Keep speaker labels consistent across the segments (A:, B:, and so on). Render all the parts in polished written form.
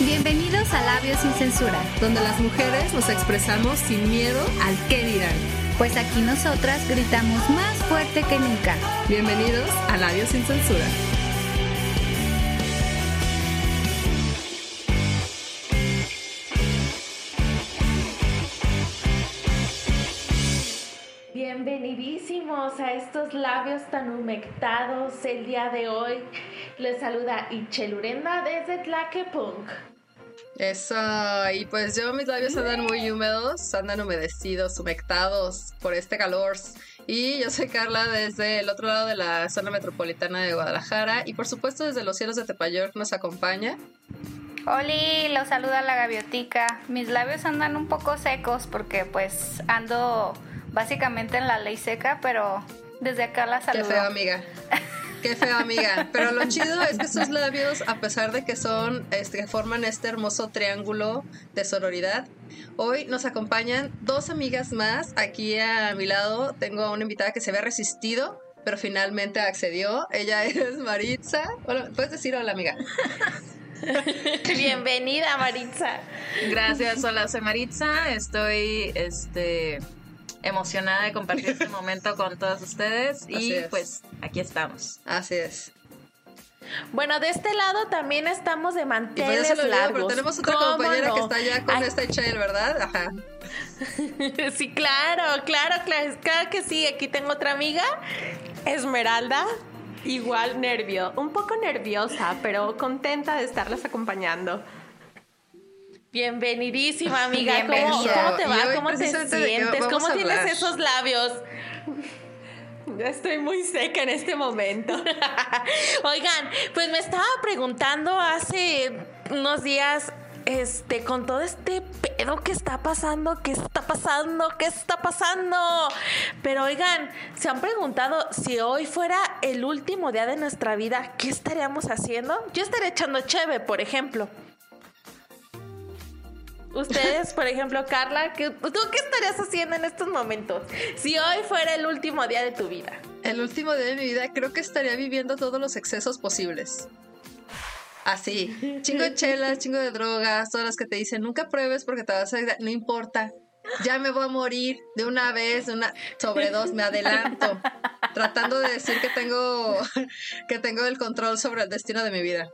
A: Bienvenidos a Labios sin Censura,
B: donde las mujeres nos expresamos sin miedo al qué dirán.
A: pues aquí nosotras gritamos más fuerte que nunca.
B: Bienvenidos a Labios sin Censura.
C: Bienvenidísimos a estos labios tan humectados. El día de hoy les saluda Ichelurenda desde Tlaquepunk.
B: Eso, y pues mis labios andan muy húmedos, andan humedecidos, humectados por este calor. Y yo soy Carla desde el otro lado de la zona metropolitana de Guadalajara y por supuesto desde los cielos de Tepayork nos acompaña.
D: Oli, los saluda la gaviotica. Mis labios andan un poco secos porque pues ando básicamente en la ley seca, pero desde acá la saludo.
B: Qué feo, amiga. Qué feo, amiga. Pero lo chido es que sus labios, a pesar de que son, que forman este hermoso triángulo de sororidad, hoy nos acompañan dos amigas más. Aquí a mi lado tengo a una invitada que se había resistido, pero finalmente accedió. Ella es Maritza. Bueno, puedes decir hola, amiga.
C: Bienvenida, Maritza.
E: Gracias, hola, soy Maritza. Estoy emocionada de compartir este momento con todos ustedes y pues aquí estamos.
B: Así es.
C: Bueno, de este lado también estamos de manteles
B: pues
C: largos.
B: Pero tenemos otra compañera que está ya con esta Chel, ¿verdad? Ajá.
C: Sí, claro que sí. Aquí tengo otra amiga, Esmeralda. Igual un poco nerviosa, pero contenta de estarlas acompañando. Bienvenidísima, amiga. ¿Cómo te va? ¿Cómo te sientes? ¿Cómo tienes esos labios? Yo estoy muy seca en este momento. Oigan, pues me estaba preguntando hace unos días, con todo este pedo que está pasando, ¿qué está pasando? Pero oigan, ¿se han preguntado si hoy fuera el último día de nuestra vida, qué estaríamos haciendo? Yo estaría echando cheve, por ejemplo. Ustedes, por ejemplo, Carla, ¿tú qué estarías haciendo en estos momentos? Si hoy fuera el último día de tu vida.
B: El último día de mi vida, creo que estaría viviendo todos los excesos posibles. Así, chingo de chelas, chingo de drogas, todas las que te dicen, nunca pruebes porque te vas a... No importa, ya me voy a morir de una vez, de una sobredosis, me adelanto. Tratando de decir que tengo el control sobre el destino de mi vida.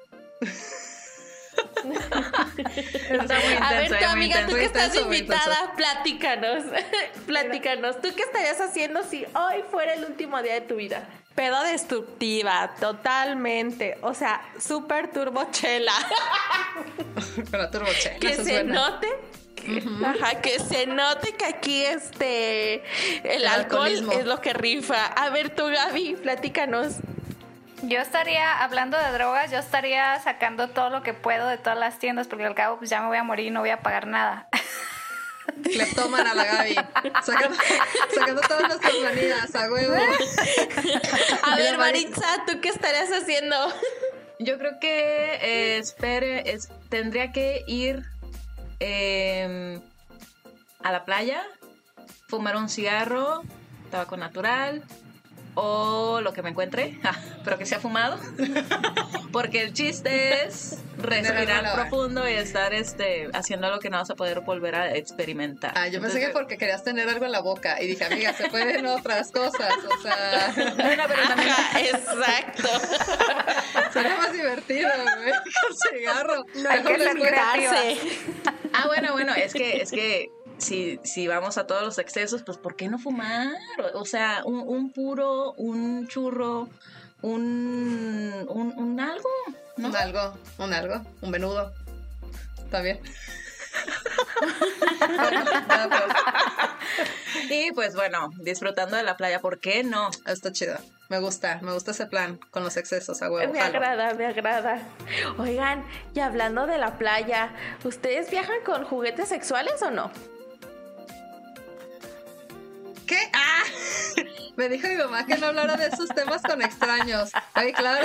E: Está muy intenso,
C: a ver, tu amiga,
E: intenso,
C: tú que estás invitada, platícanos. ¿Tú qué estarías haciendo si hoy fuera el último día de tu vida? Pedo destructiva, totalmente. O sea, súper turbochela.
B: Con la turbochela.
C: Que se note. Ajá, que se note que aquí el alcohol es lo que rifa. A ver, tú, Gaby, platícanos.
D: Yo estaría, hablando de drogas, yo estaría sacando todo lo que puedo de todas las tiendas, porque al cabo pues ya me voy a morir y no voy a pagar nada.
B: Cleptómana la Gaby, sacando todas nuestras manidas, a huevo.
C: A ver, Maritza, ¿tú qué estarías haciendo?
E: Yo creo que tendría que ir a la playa, fumar un cigarro, tabaco natural o lo que me encuentre, pero que sea fumado, porque el chiste es respirar profundo y estar haciendo algo que no vas a poder volver a experimentar.
B: Yo pensé que porque querías tener algo en la boca y dije, amiga, se pueden otras cosas, o sea...
E: Bueno, pero también...
C: Exacto.
B: Será más divertido, güey, con cigarro.
D: No hay que ser creativa.
E: Bueno, es que si vamos a todos los excesos, pues ¿por qué no fumar? O sea, un puro, un churro, un algo, ¿no?
B: Un algo, un menudo. Está bien.
E: Y pues bueno, disfrutando de la playa, ¿por qué no?
B: Está chido. Me gusta ese plan con los excesos, a huevo.
C: Me agrada. Oigan, y hablando de la playa, ¿ustedes viajan con juguetes sexuales o no?
B: ¿Qué? Me dijo mi mamá que no hablara de esos temas con extraños. Ay, claro.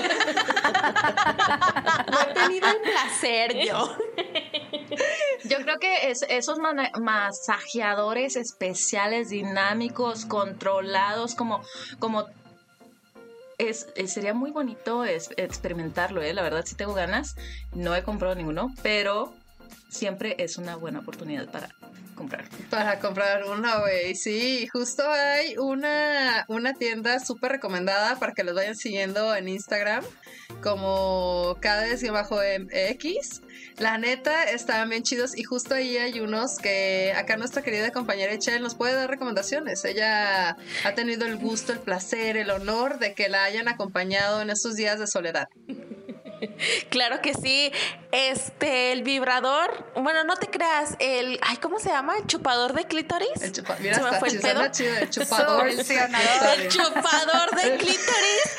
C: No he tenido el placer yo.
E: Yo creo que esos masajeadores especiales, dinámicos, controlados, como sería muy bonito experimentarlo, la verdad sí tengo ganas. No he comprado ninguno, pero siempre es una buena oportunidad para comprar.
B: Para comprar una, güey. Sí, justo hay una tienda súper recomendada para que los vayan siguiendo en Instagram, como Cades-MX. La neta, estaban bien chidos y justo ahí hay unos que acá nuestra querida compañera Echel nos puede dar recomendaciones. Ella ha tenido el gusto, el placer, el honor de que la hayan acompañado en estos días de soledad.
C: Claro que sí. El vibrador, bueno, no te creas, ¿cómo se llama? ¿El chupador de clítoris?
B: Mira,
C: se me fue el pedo.
B: Chido, el chupador.
C: El chupador de clítoris.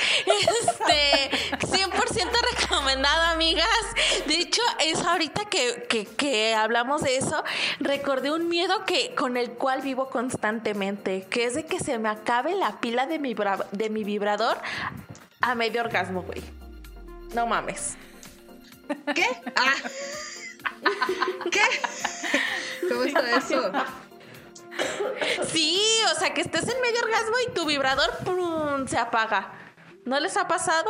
C: 100% recomendado, amigas. De hecho, es ahorita que hablamos de eso, recordé un miedo con el cual vivo constantemente, que es de que se me acabe la pila de mi vibrador a medio orgasmo, güey. No mames.
B: ¿Qué? ¿Qué? ¿Cómo está eso?
C: Sí, o sea, que estés en medio orgasmo y tu vibrador ¡pum!, se apaga. ¿No les ha pasado?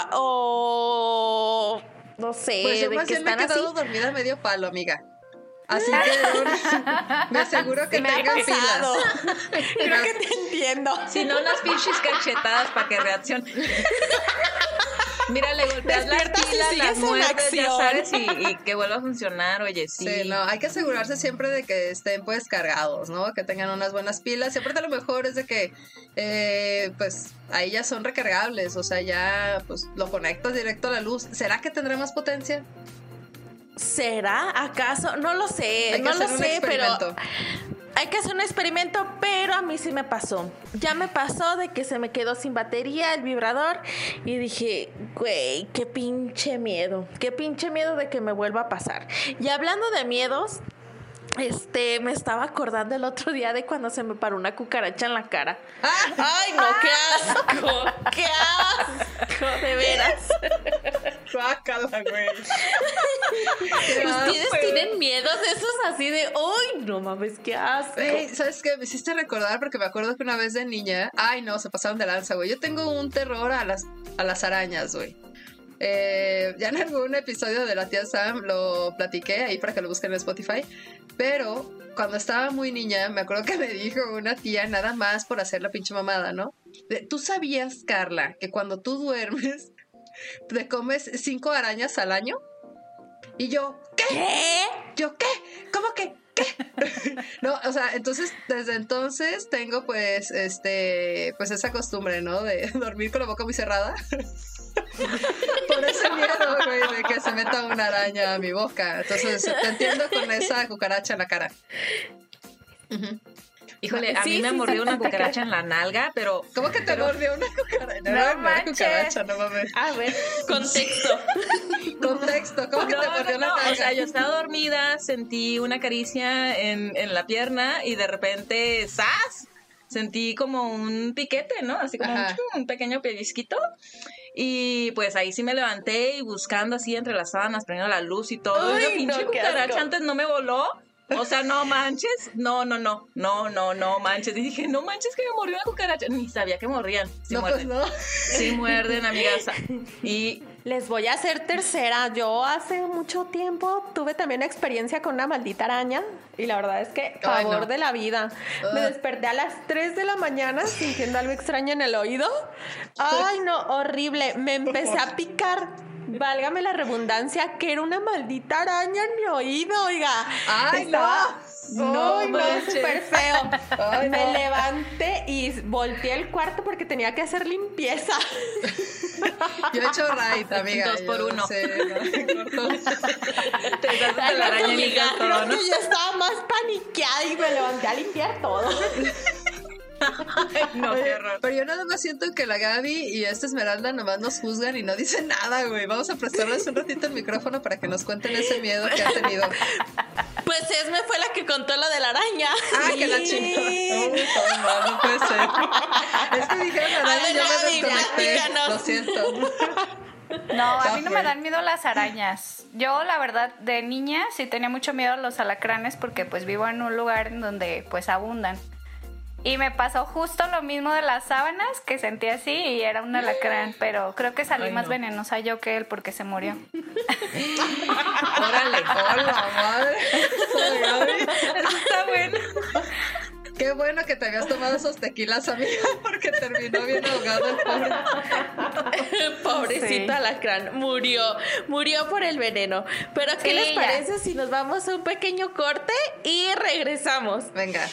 C: O no sé,
B: pues yo
C: de
B: más
C: que
B: bien me he
C: están
B: quedado
C: así.
B: dormida medio palo, amiga. Así que me aseguro que tengan pilas.
C: Creo que te entiendo.
E: Si no, unas pinches cachetadas para que reaccione. Mira, le golpeas las pilas, las muerdes, ya sabes, y que vuelva a funcionar, oye, sí.
B: Sí, no, hay que asegurarse siempre de que estén pues cargados, ¿no? Que tengan unas buenas pilas. Y aparte lo mejor es de que pues ahí ya son recargables, o sea, ya pues lo conectas directo a la luz. ¿Será que tendrá más potencia?
C: ¿Será? ¿Acaso? No lo sé, no lo sé, pero hay que hacer un experimento, pero a mí sí me pasó. Ya me pasó de que se me quedó sin batería el vibrador y dije, güey, qué pinche miedo de que me vuelva a pasar. Y hablando de miedos, me estaba acordando el otro día de cuando se me paró una cucaracha en la cara. ¡Ay, no! ¡Qué asco! ¡Qué asco! De veras.
B: Guácala, güey.
C: ¿Ustedes tienen miedos de esos así de, ¡ay, no mames, qué asco!
B: Hey, ¿sabes qué? Me hiciste recordar porque me acuerdo que una vez de niña, ay, no, se pasaron de lanza, güey. Yo tengo un terror a las arañas, güey. Ya en algún episodio de la tía Sam lo platiqué ahí para que lo busquen en Spotify, pero cuando estaba muy niña me acuerdo que me dijo una tía nada más por hacer la pinche mamada, ¿no? ¿Tú sabías, Carla, que cuando tú duermes te comes 5 arañas al año? Y yo, ¿qué? ¿Yo qué? ¿Cómo que? ¿Qué? No, o sea, entonces, desde entonces tengo pues esa costumbre, ¿no? De dormir con la boca muy cerrada. Por ese miedo, güey, de que se meta una araña a mi boca. Entonces, te entiendo con esa cucaracha en la cara. Uh-huh.
E: Híjole, a mí me mordió una cucaracha en la nalga, pero...
B: ¿Cómo que te mordió una cucaracha?
D: No manches.
B: Cucaracha, no mames.
C: A ver, contexto.
B: Contexto, ¿cómo que te mordió la nalga?
E: O sea, yo estaba dormida, sentí una caricia en la pierna y de repente, ¡zas! Sentí como un piquete, ¿no? Así como un pequeño pellizquito. Y pues ahí sí me levanté y buscando así entre las sábanas, prendiendo la luz y todo.
C: Ay,
E: y la pinche cucaracha antes no me voló. O sea, no manches. No manches. Y dije, no manches que me mordió una cucaracha. Ni sabía que morrían. Sí
B: no,
E: muerden.
B: Pues no.
E: Sí muerden, amigas. Y
C: les voy a hacer tercera. Yo hace mucho tiempo tuve también experiencia con una maldita araña. Y la verdad es que favor de la vida. Me desperté a las 3 de la mañana sintiendo algo extraño en el oído. Ay, no, horrible. Me empecé a picar. Válgame la redundancia, que era una maldita araña en mi oído, oiga.
B: ¡Ay,
C: estaba...
B: no!
C: ¡Ay, no! Súper feo.
B: Ay,
C: me
B: no.
C: levanté y volteé el cuarto porque tenía que hacer limpieza.
B: Yo he hecho raid, amiga.
E: 2 por 1.
B: Sé, no,
E: te das de la araña, amiga, todo,
C: creo
E: ¿no?
C: que yo estaba más paniqueada y me levanté a limpiar todo.
E: No, qué horror.
B: Pero yo nada más siento que la Gaby y esta Esmeralda nomás nos juzgan y no dicen nada, güey. Vamos a prestarles un ratito el micrófono para que nos cuenten ese miedo que ha tenido.
C: Pues Esme fue la que contó lo de la araña.
B: Ah, que la chingada. No puede ser. Es que dijeron la araña y yo me desconecté.
C: díganos.
B: Lo siento.
D: No, a mí no me dan miedo las arañas. Yo, la verdad, de niña sí tenía mucho miedo a los alacranes porque pues vivo en un lugar en donde pues abundan. Y me pasó justo lo mismo de las sábanas, que sentí así y era un alacrán, pero creo que salí más venenosa yo que él porque se murió.
B: Órale, hola, madre.
E: Eso está bueno.
B: Qué bueno que te habías tomado esos tequilas, amiga, porque terminó bien ahogado el pobre.
C: Pobrecito alacrán, murió por el veneno. Pero ¿qué les parece si nos vamos a un pequeño corte y regresamos?
B: Venga.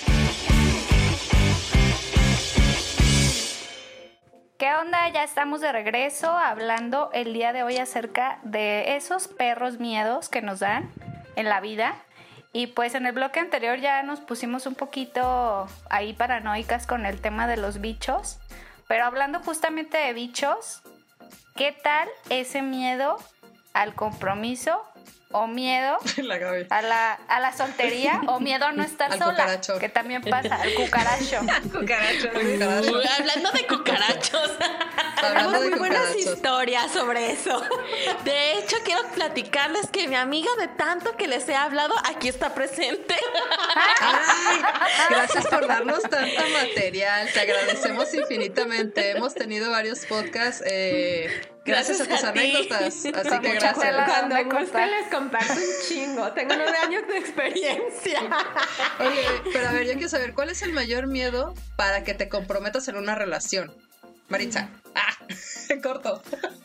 D: ¿Qué onda? Ya estamos de regreso hablando el día de hoy acerca de esos perros miedos que nos dan en la vida. Y pues en el bloque anterior ya nos pusimos un poquito ahí paranoicas con el tema de los bichos. Pero hablando justamente de bichos, ¿qué tal ese miedo al compromiso o miedo a la soltería o miedo a no estar
B: al
D: sola?
B: Cucaracho.
D: Que también pasa, al cucaracho.
E: Cucaracho.
C: Hablando de cucarachos.
B: Hablando de
C: muy buenas
B: cucarachos.
C: historias sobre eso. De hecho, quiero platicarles que mi amiga, de tanto que les he hablado, aquí está presente.
B: Ay, gracias por darnos tanto material. Te agradecemos infinitamente. Hemos tenido varios podcasts gracias a tus anécdotas. Así que gracias.
C: Cuando guste les comparto un chingo. Tengo 9 años de experiencia.
B: Oye, pero a ver, yo quiero saber, ¿cuál es el mayor miedo para que te comprometas en una relación? Maritza. Corto.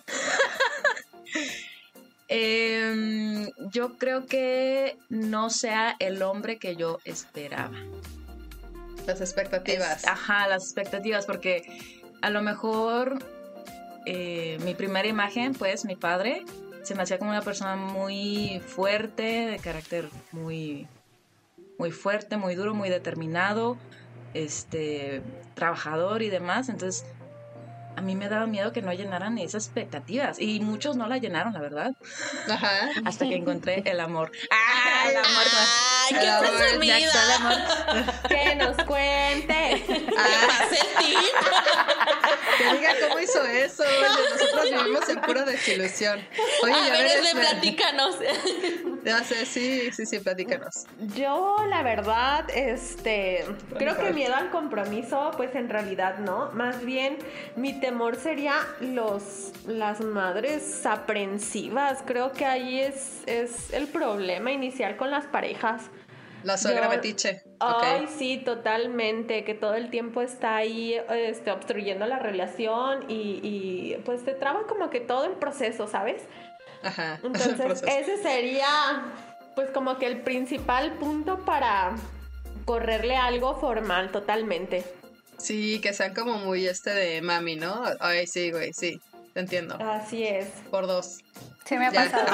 E: Yo creo que no sea el hombre que yo esperaba.
B: Las expectativas.
E: Las expectativas, porque a lo mejor mi primera imagen, pues, mi padre, se me hacía como una persona muy fuerte, de carácter muy, muy fuerte, muy duro, muy determinado, trabajador y demás. Entonces, a mí me daba miedo que no llenaran esas expectativas. Y muchos no la llenaron, la verdad.
B: Ajá.
E: Hasta que encontré el amor.
C: El amor. ¡Ay, qué presumida! Que nos cuente.
E: Pase el tip.
B: Que diga cómo hizo eso. Oye, nosotros vivimos en pura desilusión. Oye,
C: a ver, platícanos.
B: Ya sé, sí, platícanos.
F: Yo, la verdad, creo que miedo al compromiso, pues en realidad no. Más bien, mi temor sería las madres aprensivas. Creo que ahí es el problema inicial con las parejas.
B: La suegra metiche.
F: Ay,
B: Okay.
F: sí, totalmente, que todo el tiempo está ahí obstruyendo la relación y pues te traba como que todo el proceso, ¿sabes?
B: Ajá.
F: Entonces, ese sería pues como que el principal punto para correrle algo formal totalmente.
B: Sí, que sean como muy de mami, ¿no? Ay, sí, güey, sí, te entiendo.
F: Así es.
B: Por 2.
D: Sí me ha pasado.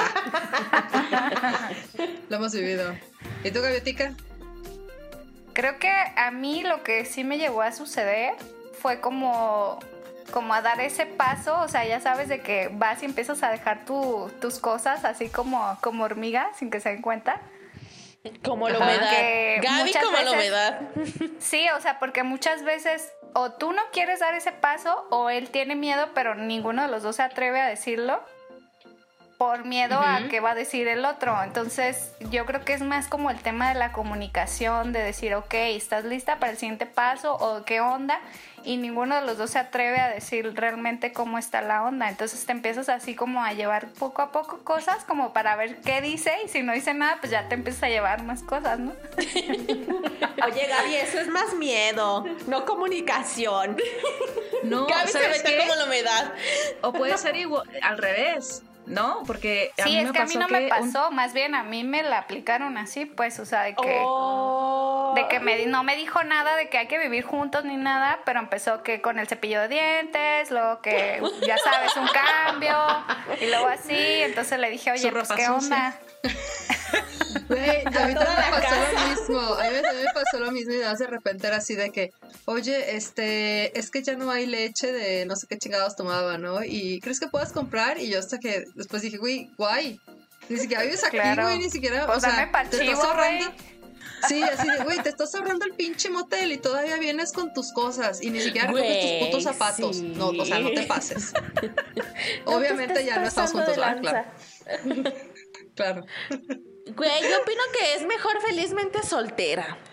B: Lo hemos vivido. ¿Y tú, Gaviotica?
D: Creo que a mí lo que sí me llegó a suceder fue como a dar ese paso, o sea, ya sabes de que vas y empiezas a dejar tus cosas así como hormiga sin que se den cuenta.
C: Como la humedad. Gaby, como la humedad.
D: Sí, o sea, porque muchas veces o tú no quieres dar ese paso o él tiene miedo, pero ninguno de los dos se atreve a decirlo por miedo a qué va a decir el otro. Entonces yo creo que es más como el tema de la comunicación, de decir, ok, ¿estás lista para el siguiente paso? ¿O qué onda? Y ninguno de los dos se atreve a decir realmente cómo está la onda. Entonces te empiezas así como a llevar poco a poco cosas como para ver qué dice, y si no dice nada, pues ya te empiezas a llevar más cosas, ¿no?
F: Oye, Gaby, eso es más miedo, no comunicación.
E: No,
C: Gaby se mete como la humedad.
E: O puede ser igual, al revés, ¿no? Porque a
D: sí,
E: mí
D: es
E: me
D: que a
E: pasó
D: mí no me pasó, más bien a mí me la aplicaron así, pues, o sea, de que no me dijo nada de que hay que vivir juntos ni nada, pero empezó que con el cepillo de dientes, luego que, ya sabes, un cambio, y luego así, entonces le dije, oye, pues, ¿qué onda?
B: Güey, a mí también me pasó lo mismo. A mí también me pasó lo mismo y de repente era así de que, oye, es que ya no hay leche de no sé qué chingados tomaba, ¿no? Y ¿crees que puedas comprar? Y yo hasta que después dije, güey, guay. Ni siquiera vives aquí, güey, ni siquiera,
D: pues
B: o sea,
D: te estás ahorrando.
B: Sí, así de, güey, te estás ahorrando el pinche motel y todavía vienes con tus cosas y ni siquiera recoges tus putos zapatos. Sí. No, o sea, no te pases. Obviamente ya no estamos juntos, ¿verdad? Claro.
C: Güey, yo opino que es mejor felizmente soltera.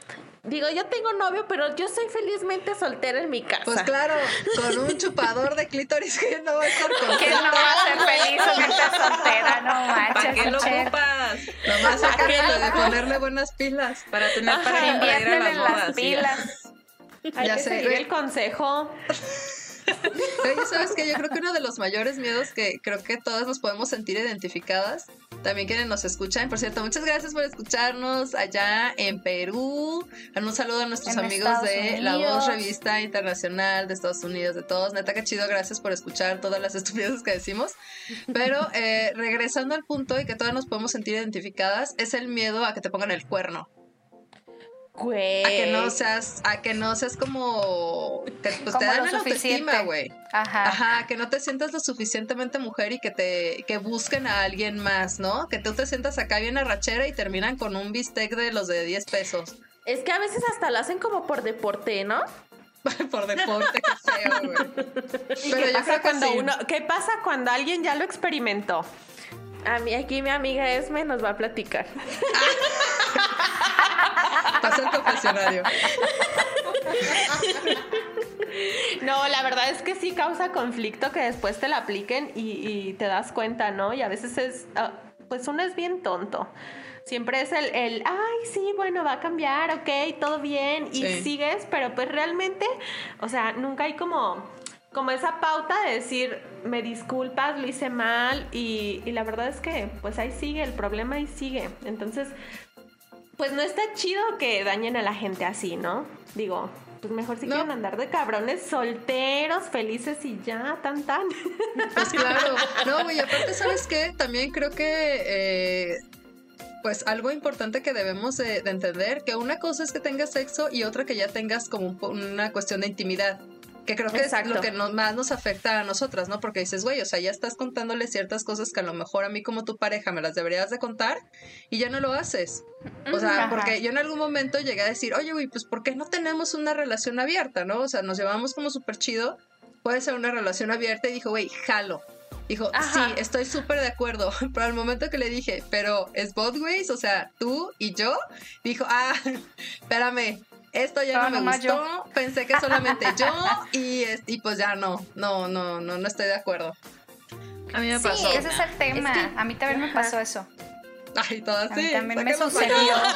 C: Digo, yo tengo novio, pero yo soy felizmente soltera en mi casa.
B: Pues claro, con un chupador de clítoris que no va a estar contenta.
D: Que no va a ser feliz o que está soltera, no manches.
E: ¿Para qué lo ocupas?
B: Nomás sácalo de ponerle buenas pilas.
E: Para tener pareja para ir a las bodas.
D: Las pilas.
F: Hay
B: Ya
F: que
B: sé,
F: seguir el consejo.
B: Oye, ¿sabes qué? Yo creo que uno de los mayores miedos que creo que todas nos podemos sentir identificadas, también quienes nos escuchan. Por cierto, muchas gracias por escucharnos allá en Perú. Un saludo a nuestros amigos de La Voz Revista Internacional de Estados Unidos, de todos. Neta, qué chido, gracias por escuchar todas las estupideces que decimos. Pero regresando al punto de que todas nos podemos sentir identificadas, es el miedo a que te pongan el cuerno.
C: Güey.
B: A que no seas como que pues, te dan la autoestima, güey. Ajá, que no te sientas lo suficientemente mujer y que busquen a alguien más, ¿no? Que tú te sientas acá bien arrachera y terminan con un bistec de los de 10 pesos.
C: Es que a veces hasta lo hacen como por deporte, ¿no?
B: Por deporte, qué feo, güey. Pero yo creo que sí.
F: ¿Qué pasa cuando alguien ya lo experimentó?
C: A mí aquí mi amiga Esme nos va a platicar.
B: Pasa el confesionario.
F: No, la verdad es que sí causa conflicto que después te la apliquen y te das cuenta, ¿no? Y a veces es, pues uno es bien tonto. Siempre es ay, sí, bueno, va a cambiar, ok, todo bien, y sí. Sigues, pero pues realmente, o sea, nunca hay como esa pauta de decir, me disculpas, lo hice mal, y la verdad es que, pues ahí sigue, el problema ahí sigue. Entonces, pues no está chido que dañen a la gente así, ¿no? Digo, pues mejor si quieren andar de cabrones solteros, felices y ya, tan.
B: Pues claro. No, güey, aparte, ¿sabes qué? También creo que pues algo importante que debemos de entender, que una cosa es que tengas sexo y otra que ya tengas como una cuestión de intimidad. Que creo que Exacto. Es lo que más nos afecta a nosotras, ¿no? Porque dices, güey, o sea, ya estás contándole ciertas cosas que a lo mejor a mí como tu pareja me las deberías de contar y ya no lo haces. O sea, porque yo en algún momento llegué a decir, oye, güey, pues ¿por qué no tenemos una relación abierta, no? O sea, nos llevamos como súper chido, puede ser una relación abierta, y dijo, güey, jalo. Dijo, sí, estoy súper de acuerdo. Pero al momento que le dije, pero es both ways, o sea, tú y yo, dijo, espérame, esto ya no me gustó, yo. Pensé que solamente yo, y pues ya no estoy de acuerdo. A mí me pasó.
D: Sí, ese es el tema. Es que, a mí también me pasó eso.
B: Ay, todas sí.
D: A mí también me sucedió.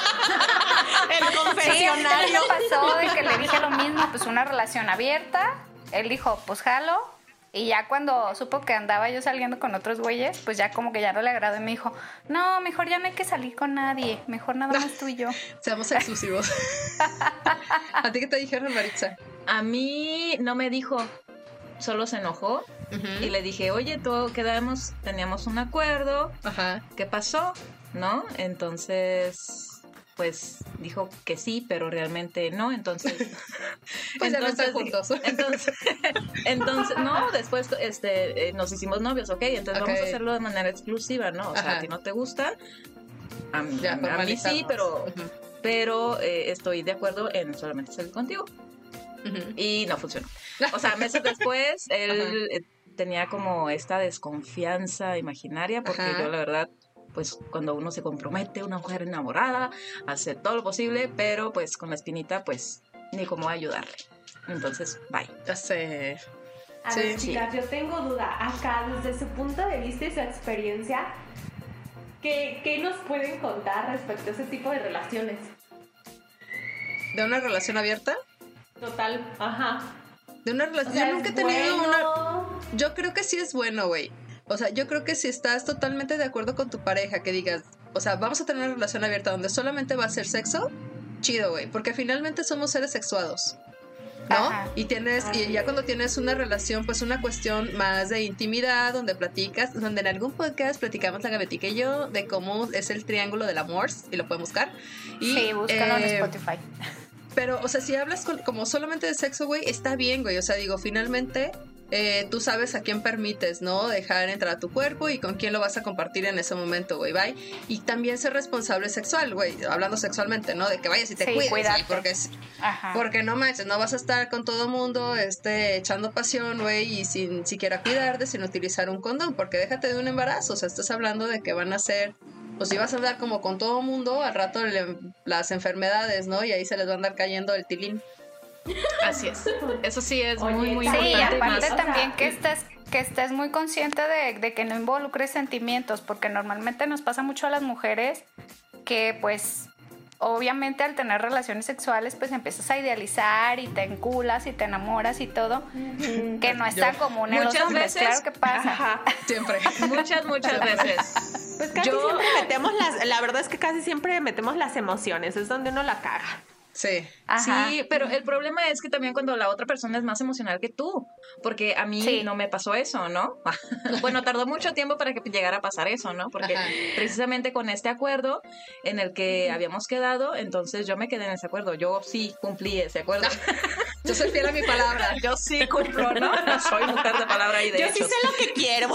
F: El confesionario.
D: Sí, me pasó de que le dije lo mismo, pues una relación abierta. Él dijo, pues jalo. Y ya cuando supo que andaba yo saliendo con otros güeyes, pues ya como que ya no le agradó y me dijo, no, mejor ya no hay que salir con nadie, mejor nada más tú y yo.
B: Seamos exclusivos. ¿A ti qué te dijeron, Maritza?
E: A mí no me dijo, solo se enojó y le dije, oye, tú quedamos, teníamos un acuerdo, ¿qué pasó? ¿No? Entonces, pues dijo que sí, pero realmente no, entonces
B: pues ya no están juntos.
E: entonces no, después nos hicimos novios, ok, entonces vamos a hacerlo de manera exclusiva, ¿no? O sea, a ti no te gusta, a mí sí, pero estoy de acuerdo en solamente salir contigo. Y no funcionó. O sea, meses después él tenía como esta desconfianza imaginaria, porque yo la verdad, pues cuando uno se compromete, una mujer enamorada, hace todo lo posible, pero pues con la espinita, pues ni cómo ayudarle. Entonces, bye.
B: Ya sé.
F: A ver, chicas, yo tengo duda. Acá, desde su punto de vista y su experiencia, ¿qué nos pueden contar respecto a ese tipo de relaciones?
B: ¿De una relación abierta?
F: Total,
B: De una relación, o sea, yo nunca he tenido una. Yo creo que sí es bueno, güey. O sea, yo creo que si estás totalmente de acuerdo con tu pareja, que digas, o sea, vamos a tener una relación abierta donde solamente va a ser sexo, chido, güey, porque finalmente somos seres sexuados, ¿no? Y ya cuando tienes una relación, pues una cuestión más de intimidad, donde platicas, donde en algún podcast platicamos la Gabetica y yo de cómo es el triángulo del amor, y lo pueden buscar.
D: Sí, búscalo en Spotify.
B: Pero, o sea, si hablas como solamente de sexo, güey, está bien, güey. O sea, digo, finalmente tú sabes a quién permites, ¿no? Dejar entrar a tu cuerpo y con quién lo vas a compartir en ese momento, güey, bye. Y también ser responsable sexual, güey, hablando sexualmente, ¿no? De que vayas y te cuides, güey, porque no manches, no vas a estar con todo mundo echando pasión, güey, y sin siquiera cuidarte, sin utilizar un condón, porque déjate de un embarazo, o sea, estás hablando de que van a ser pues si vas a hablar como con todo mundo, al rato las enfermedades, ¿no? Y ahí se les va a andar cayendo el tilín.
E: Así es. Eso sí es muy importante.
D: Sí, y aparte también que estés muy consciente de que no involucres sentimientos, porque normalmente nos pasa mucho a las mujeres que pues obviamente al tener relaciones sexuales pues empiezas a idealizar y te enculas y te enamoras y todo, que no es tan común en los hombres. Claro que pasa.
E: Ajá, siempre. Muchas veces.
F: Pues casi siempre metemos la verdad es que casi siempre metemos las emociones, es donde uno la caga.
B: Sí.
D: Ajá.
E: Sí, pero el problema es que también cuando la otra persona es más emocional que tú, porque a mí no me pasó eso, ¿no? Bueno, tardó mucho tiempo para que llegara a pasar eso, ¿no? Porque precisamente con este acuerdo en el que habíamos quedado, entonces yo me quedé en ese acuerdo, yo sí cumplí ese acuerdo.
B: Yo soy fiel a mi palabra.
E: Yo sí cumplo, ¿no? Soy mujer de palabra y de hechos.
F: Yo sí sé lo que quiero.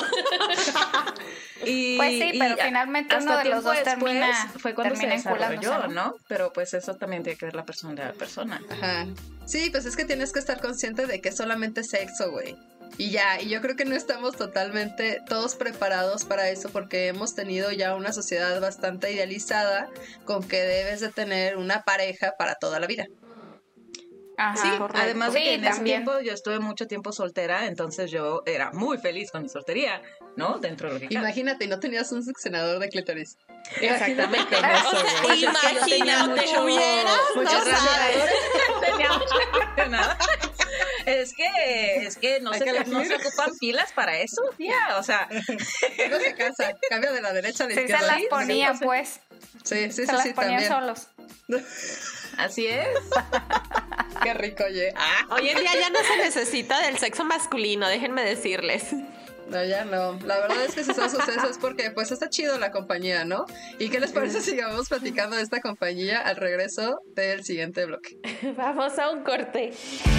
D: Pues sí, pero finalmente uno de los dos termina
E: fue cuando se desarrolló,
D: ¿no?
E: Pero pues eso también tiene que ver la personalidad de la persona.
B: Ajá. Sí, pues es que tienes que estar consciente de que es solamente sexo, güey. Y ya, y yo creo que no estamos totalmente todos preparados para eso porque hemos tenido ya una sociedad bastante idealizada con que debes de tener una pareja para toda la vida.
D: Ajá,
E: sí,
D: correcto.
E: además de que en ese
D: también.
E: tiempo yo estuve mucho tiempo soltera, entonces yo era muy feliz con mi soltería, ¿no? Dentro de lo que cabe.
B: Imagínate, no tenías un succionador de clítoris.
E: Exactamente.
F: Imagínate, hubieras,
E: muchos
F: no sabes.
E: Tenía mucho nada. Es que no se ocupan pilas para eso, tía. O sea,
B: No se cansa, cambia de la derecha a la
D: Sí,
B: izquierda.
D: se las ponían, pues.
B: Sí,
D: Se las ponían
B: también.
D: solos.
E: así es.
B: Qué rico, oye.
F: Hoy en día ya no se necesita del sexo masculino, déjenme decirles.
B: No, ya no. La verdad es que si son sucesos porque pues está chido la compañía, ¿no? ¿Y qué les parece si sigamos platicando de esta compañía al regreso del siguiente bloque?
F: Vamos a un corte.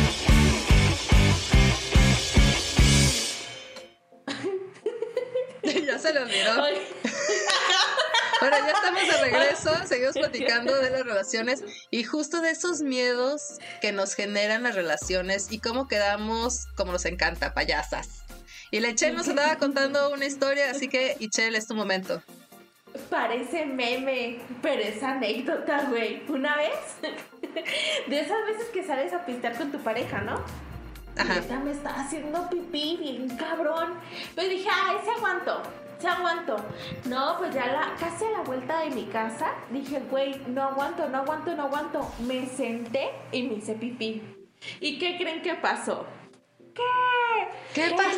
B: Ya se le olvidó. Bueno, ya estamos de regreso, seguimos platicando de las relaciones y justo de esos miedos que nos generan las relaciones y cómo quedamos como nos encanta, payasas. Y la Ichel nos andaba contando una historia, así que Ichel, es tu momento.
F: Parece meme, pero es anécdota, güey. Una vez, de esas veces que sales a pistear con tu pareja, ¿no?
B: Ajá.
F: Neta, me estaba haciendo pipí bien cabrón. Pero dije, ay, se aguanto. No, pues ya casi a la vuelta de mi casa, dije, güey, no aguanto. Me senté y me hice pipí. ¿Y qué creen que pasó?
B: ¿Qué pasó?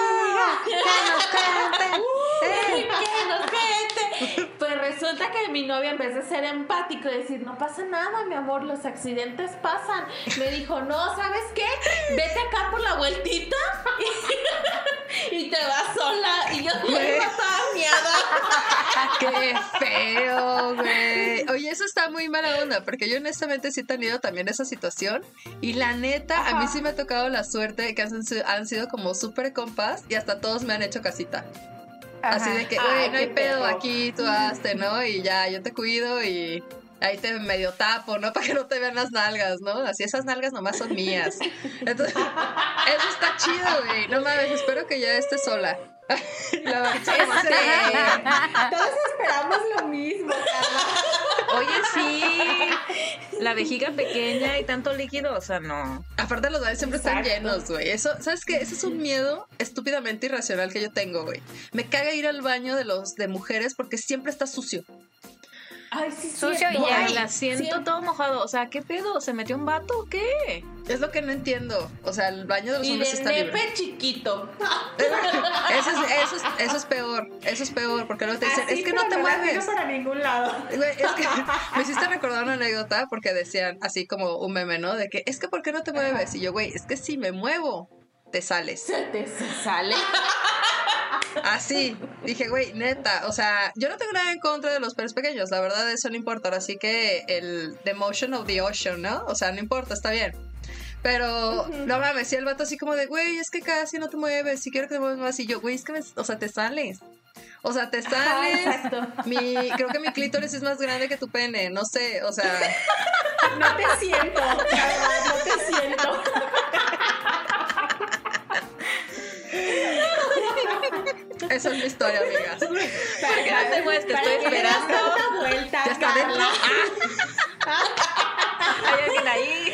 F: Que nos cuente. Pues resulta que mi novia, en vez de ser empático y decir, no pasa nada, mi amor, los accidentes pasan, me dijo, no, ¿sabes qué? Vete acá por la vueltita y te vas sola. Y yo estaba miada.
B: ¡Qué feo, güey! Oye, eso está muy mala onda, porque yo honestamente sí he tenido también esa situación y la neta, a mí sí me ha tocado la suerte de que han sido como súper compas y hasta todos me han hecho casita.
D: Ajá.
B: Así de que, güey, no hay pedo, aquí tú hazte, ¿no? Y ya, yo te cuido y ahí te medio tapo, ¿no? Para que no te vean las nalgas, ¿no? Así esas nalgas nomás son mías. Entonces, eso está chido, güey. No mames, espero que ya estés sola. La verdad,
F: Todos esperamos lo mismo, Carla.
E: Oye, sí. La vejiga pequeña y tanto líquido, o sea, no.
B: aparte los baños siempre están llenos, güey. Eso, ¿sabes qué? Ese es un miedo estúpidamente irracional que yo tengo, güey. Me caga ir al baño de mujeres porque siempre está sucio.
F: Ay, sí,
D: Sucio
F: cierto.
D: y ya.
E: Ay, la siento todo mojado. O sea, ¿qué pedo? ¿Se metió un vato o qué?
B: Es lo que no entiendo. O sea, el baño de los
F: Y
B: hombres
F: de
B: está libre.
F: nepe chiquito.
B: Eso es peor. Eso es peor. Porque luego te dicen,
F: Así,
B: es que no te
F: pero la
B: mueves.
F: tiro para ningún lado.
B: Güey, es que me hiciste recordar una anécdota porque decían así como un meme, ¿no? De que es que ¿por qué no te mueves? Y yo, güey, es que si me muevo, te sales.
F: Se te sale.
B: Así, dije, güey, neta, o sea, yo no tengo nada en contra de los peces pequeños, la verdad eso no importa, así que the motion of the ocean, ¿no? O sea, no importa, está bien. Pero, no mames, si el vato así como de, güey, es que casi no te mueves, si quiero que te muevas más, y yo, güey, es que o sea, te sales. O sea, te sales.
F: Exacto.
B: Creo que mi clítoris es más grande que tu pene, no sé, o sea.
F: No te siento, Carla, no te siento.
B: Esa es mi historia, amigas.
E: Para que no te mueves, te estoy esperando.
F: Vuelta,
B: Ya está dentro.
E: Hay alguien ahí.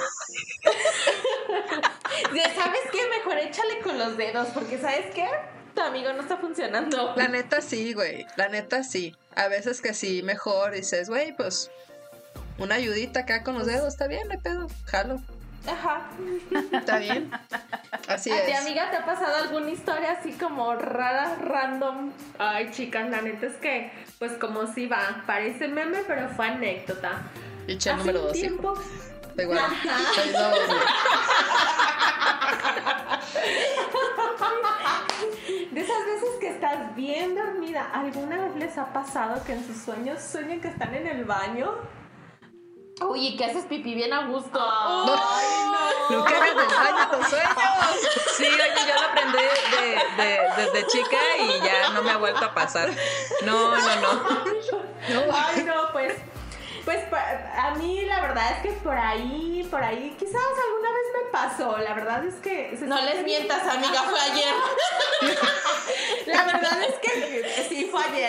C: ¿Sabes qué? Mejor échale con los dedos, porque ¿sabes qué? Tu amigo no está funcionando.
B: La neta sí, güey. La neta sí. A veces que sí, mejor dices, güey, pues una ayudita acá con los dedos, está bien, no hay pedo, jalo.
C: Ajá.
B: Está bien. Así
C: ¿A ti,
B: es.
C: amiga, te ha pasado alguna historia así como rara, random?
F: Ay, chicas, la neta es que, pues como si va, parece meme, pero fue anécdota.
B: Piche
F: Hace
B: número
F: un
B: 2.
F: tiempo,
B: Da igual. Soy dos, güey.
F: de esas veces que estás bien dormida, ¿alguna vez les ha pasado que en sus sueños sueñan que están en el baño?
C: Uy, ¿y qué haces pipí bien a gusto?
B: Nunca hagas del baño tus sueños.
E: Sí, oye, yo lo aprendí desde chica y ya no me ha vuelto a pasar. No.
F: Ay, no, pues a mí la verdad es que por ahí, quizás alguna vez me pasó. La verdad es que...
C: No les mientas, amiga, fue ayer.
F: La verdad es que sí, fue ayer.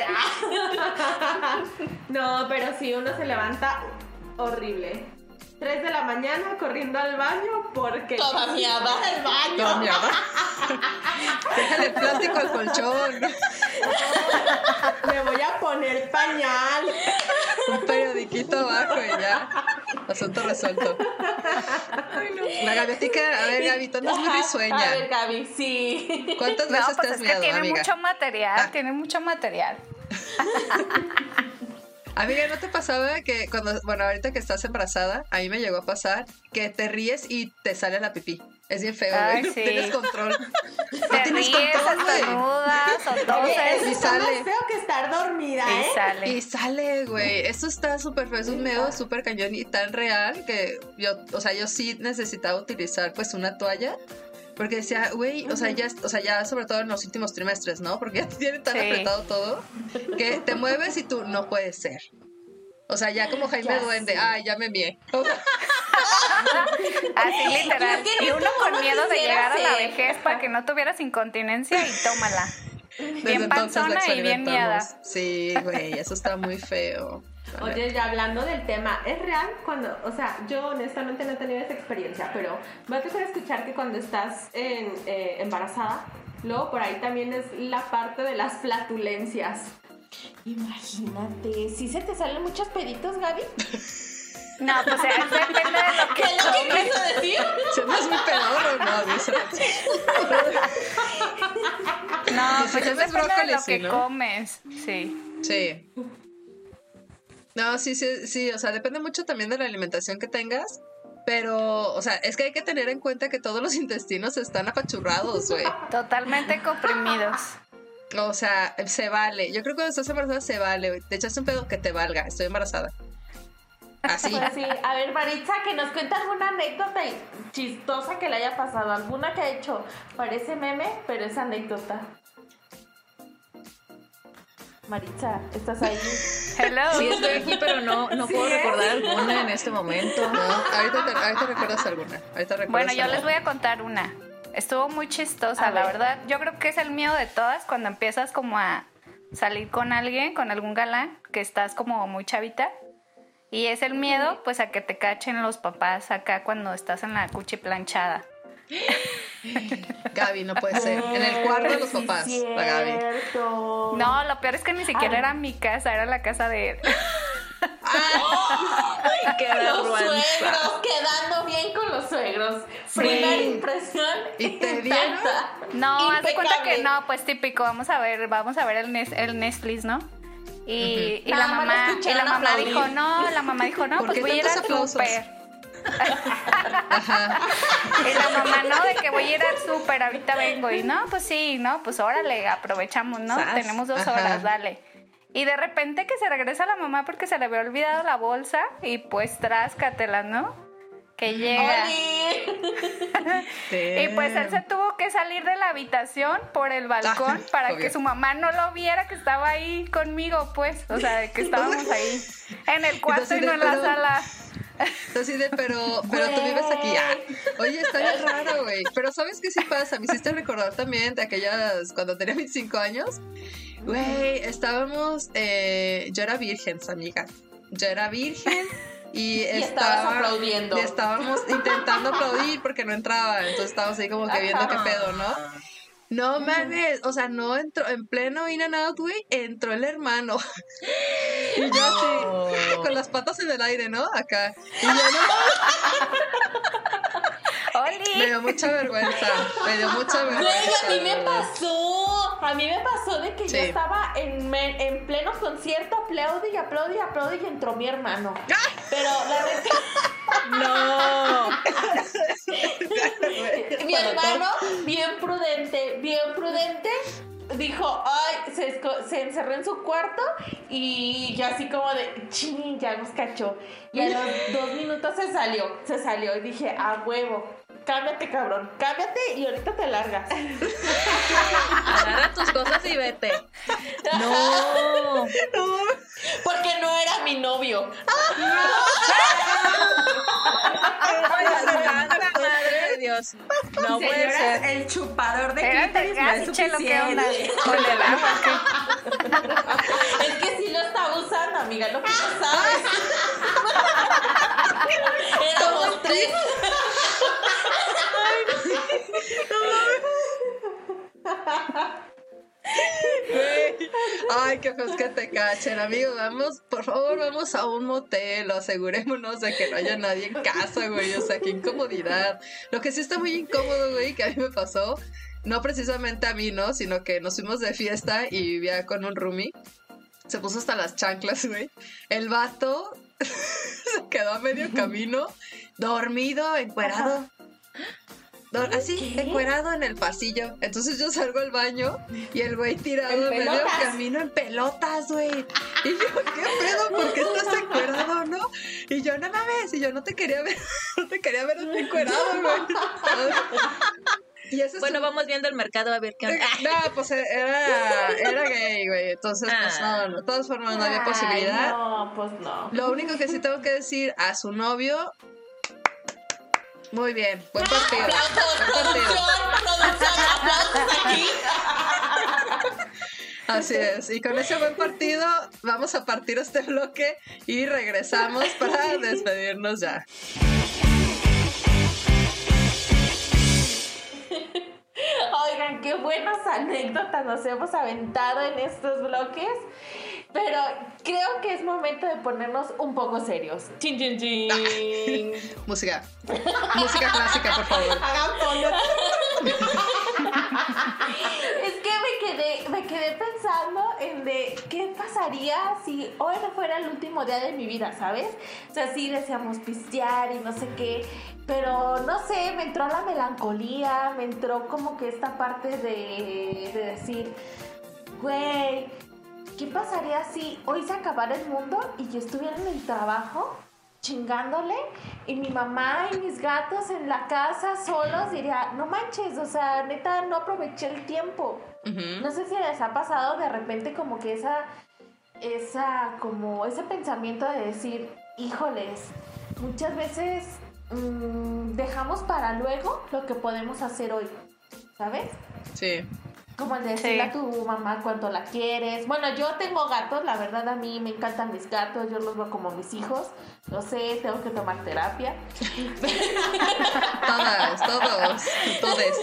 F: No, pero sí, uno se levanta horrible. 3 de la mañana corriendo al baño porque...
C: Toda miada.
F: al baño.
B: No, mierda. Déjale plástico al colchón.
F: Me voy a poner pañal.
B: Un periodiquito abajo y ya. Asunto resuelto. Ay, no. La gaviotica, a ver, Gaby, tú andas muy risueña.
C: A ver, Gaby, sí.
B: ¿Cuántas
D: No,
B: veces
D: pues
B: te has
D: es que
B: miado,
D: tiene
B: amiga?
D: mucho material, tiene mucho material.
B: Amiga, ¿no te pasaba que cuando, bueno, ahorita que estás embarazada, a mí me llegó a pasar que te ríes y te sale la pipí? Es bien feo,
D: Ay,
B: güey. No
D: sí.
B: tienes control.
D: Te
B: tienes
D: ríes,
B: control, güey.
D: estornudas o
F: Oye,
D: toses
F: eso
B: y
F: está más
B: sale.
F: feo que estar dormida,
D: y
F: ¿eh?
D: sale.
B: Y sale, güey. Eso está súper feo. Es un medio súper cañón y tan real que yo sí necesitaba utilizar pues una toalla. Porque decía, güey, o sea, ya sobre todo en los últimos trimestres, ¿no? Porque ya tiene tan
D: Sí.
B: apretado todo que te mueves y tú no puedes ser. O sea, ya como Jaime
F: Ya
B: Duende,
F: sé.
B: ay, ya me envié.
D: Así literal.
C: Yo
D: Y uno
C: como
D: con
C: no
D: miedo de
C: quisiera
D: llegar a la
C: ser.
D: vejez para que no tuvieras incontinencia y tómala.
B: Desde
D: Bien
B: entonces la
D: panzona y bien miada.
B: experimentamos. Sí, güey, eso está muy feo.
F: Oye, ya hablando del tema, ¿es real cuando, o sea, yo honestamente no he tenido esa experiencia, pero me ha tocado escuchar que cuando estás embarazada, luego por ahí también es la parte de las flatulencias?
C: Imagínate, ¿sí se te salen muchos peditos, Gaby?
D: No, pues depende de lo que
C: ¿Qué es lo que quiso decir?
B: ¿Se no es muy pedorro? No, dice.
D: No,
B: Si
D: pues
B: comes
D: es depende de
B: brócoli,
D: lo
B: sí,
D: que
B: ¿no?
D: comes. Sí.
B: Sí. No, sí, o sea, depende mucho también de la alimentación que tengas, pero, o sea, es que hay que tener en cuenta que todos los intestinos están apachurrados, güey.
D: Totalmente comprimidos.
B: O sea, se vale. Yo creo que cuando estás embarazada se vale, güey. Te echaste un pedo que te valga. Estoy embarazada. Así.
C: Pues sí, a ver, Maritza, que nos cuente alguna anécdota chistosa que le haya pasado. Alguna que ha hecho, parece meme, pero es anécdota. Maritza, ¿estás ahí?
D: Hello.
E: Sí, estoy aquí, pero no puedo recordar alguna en este momento.
B: No, ahorita recuerdas alguna.
D: Bueno, yo les voy a contar una. Estuvo muy chistosa, la verdad. Yo creo que es el miedo de todas cuando empiezas como a salir con alguien, con algún galán, que estás como muy chavita. Y es el miedo, pues, a que te cachen los papás acá cuando estás en la cuchiplanchada.
B: Gaby, no puede ser. En el cuarto de los papás, la Gaby.
D: No, lo peor es que ni siquiera era mi casa, era la casa de él.
E: ¡Ay, qué
C: Los
E: vergüenza!
C: suegros, quedando bien con los suegros. Primera impresión.
B: ¿Y te dieron?
C: intacta.
D: No, haz de cuenta que
C: Impecable.
D: no, pues típico, vamos a ver el Netflix, ¿no? Y la
C: Nada más lo
D: mamá,
C: escucharon aplaudir.
D: la mamá dijo, no,
B: ¿Por
D: pues
B: qué
D: voy a ir al
B: tantos aplausos?
D: súper.
B: Ajá.
D: Y la mamá, no, de que voy a ir al súper, ahorita vengo. Y no, pues sí, no, pues órale, aprovechamos, ¿no?
E: Sas.
D: Tenemos 2
B: Ajá.
D: horas, dale. Y de repente que se regresa la mamá porque se le había olvidado la bolsa y pues tráscatela, ¿no? Que llega.
C: ¡Oli!
D: Y pues él se tuvo que salir de la habitación por el balcón para
B: obvio.
D: que su mamá no lo viera que estaba ahí conmigo, pues. O sea, de que estábamos ahí en el cuarto y no en la
B: pero-
D: sala.
B: Así de, pero tú vives aquí. Oye, está bien raro, güey. Pero ¿sabes qué sí pasa? Me hiciste recordar también de aquellas, cuando tenía 25 años. Güey, estábamos, yo era virgen, amiga. Yo era virgen. Y
C: aplaudiendo.
B: Estábamos intentando aplaudir porque no entraba. Entonces estábamos ahí como que viendo qué pedo, ¿no? No mames, o sea, no entró, en pleno in and out, güey, entró el hermano. Y yo así, con las patas en el aire, ¿no? Acá. Y yo
D: ¡Oli!
B: Me dio mucha vergüenza.
C: Güey, a mí me pasó de que yo estaba en pleno concierto, aplaude y entró mi hermano. Pero la neta...
E: ¡No!
C: Mi hermano, bien prudente, dijo, ay, se encerró en su cuarto y yo así como de, ching, ya nos cachó. Y a los 2 minutos se salió y dije, a huevo. Cámbiate, cabrón, cámbiate y ahorita te largas.
E: Agarra tus cosas y vete. No.
C: Porque no era mi novio.
E: Madre de Dios. No puede ser.
F: El chupador de
D: clítoris no es suficiente. Con el agua,
C: Es que sí lo estaba usando, amiga, lo que no sabes. Éramos 3.
B: Ay, qué feos que te cachen, amigo. Por favor, vamos a un motel. Asegurémonos de que no haya nadie en casa, güey. O sea, qué incomodidad. Lo que sí está muy incómodo, güey, que a mí me pasó, no precisamente a mí, ¿no? Sino que nos fuimos de fiesta y vivía con un roomie. Se puso hasta las chanclas, güey. El vato se quedó a medio camino, dormido, encuerado. Así, encuerado en el pasillo. Entonces yo salgo al baño y el güey tirado a medio camino en pelotas, güey. Y yo, ¿qué pedo? ¿Por qué estás encuerado, no? Y yo, no mames, y yo no te quería ver así encuerado, güey. Y
E: bueno, vamos viendo el mercado a ver qué onda.
B: No, pues era gay, güey. Entonces, pues no, de todas formas no había posibilidad.
C: No, pues no.
B: Lo único que sí tengo que decir a su novio, muy bien, buen partido.
C: Producción, aplausos aquí.
B: Así es, y con ese buen partido vamos a partir este bloque y regresamos para despedirnos ya.
C: Oigan, qué buenas anécdotas nos hemos aventado en estos bloques. Pero creo que es momento de ponernos un poco serios. Chin, chin, chin.
B: Música clásica, por favor.
C: Hagan fondo. Es que me quedé pensando en de qué pasaría si hoy no fuera el último día de mi vida, ¿sabes? O sea, sí deseamos pistear y no sé qué, pero no sé, me entró la melancolía, me entró como que esta parte de decir, güey, ¿qué pasaría si hoy se acabara el mundo y yo estuviera en el trabajo chingándole y mi mamá y mis gatos en la casa solos? Diría, no manches, o sea, neta, no aproveché el tiempo. Uh-huh. No sé si les ha pasado de repente como que como ese pensamiento de decir, híjoles, muchas veces dejamos para luego lo que podemos hacer hoy, ¿sabes?
B: Sí.
C: Como el de decirle a tu mamá cuánto la quieres. Bueno, yo tengo gatos, la verdad a mí me encantan mis gatos, yo los veo como mis hijos. No sé, tengo que tomar terapia.
B: Todes.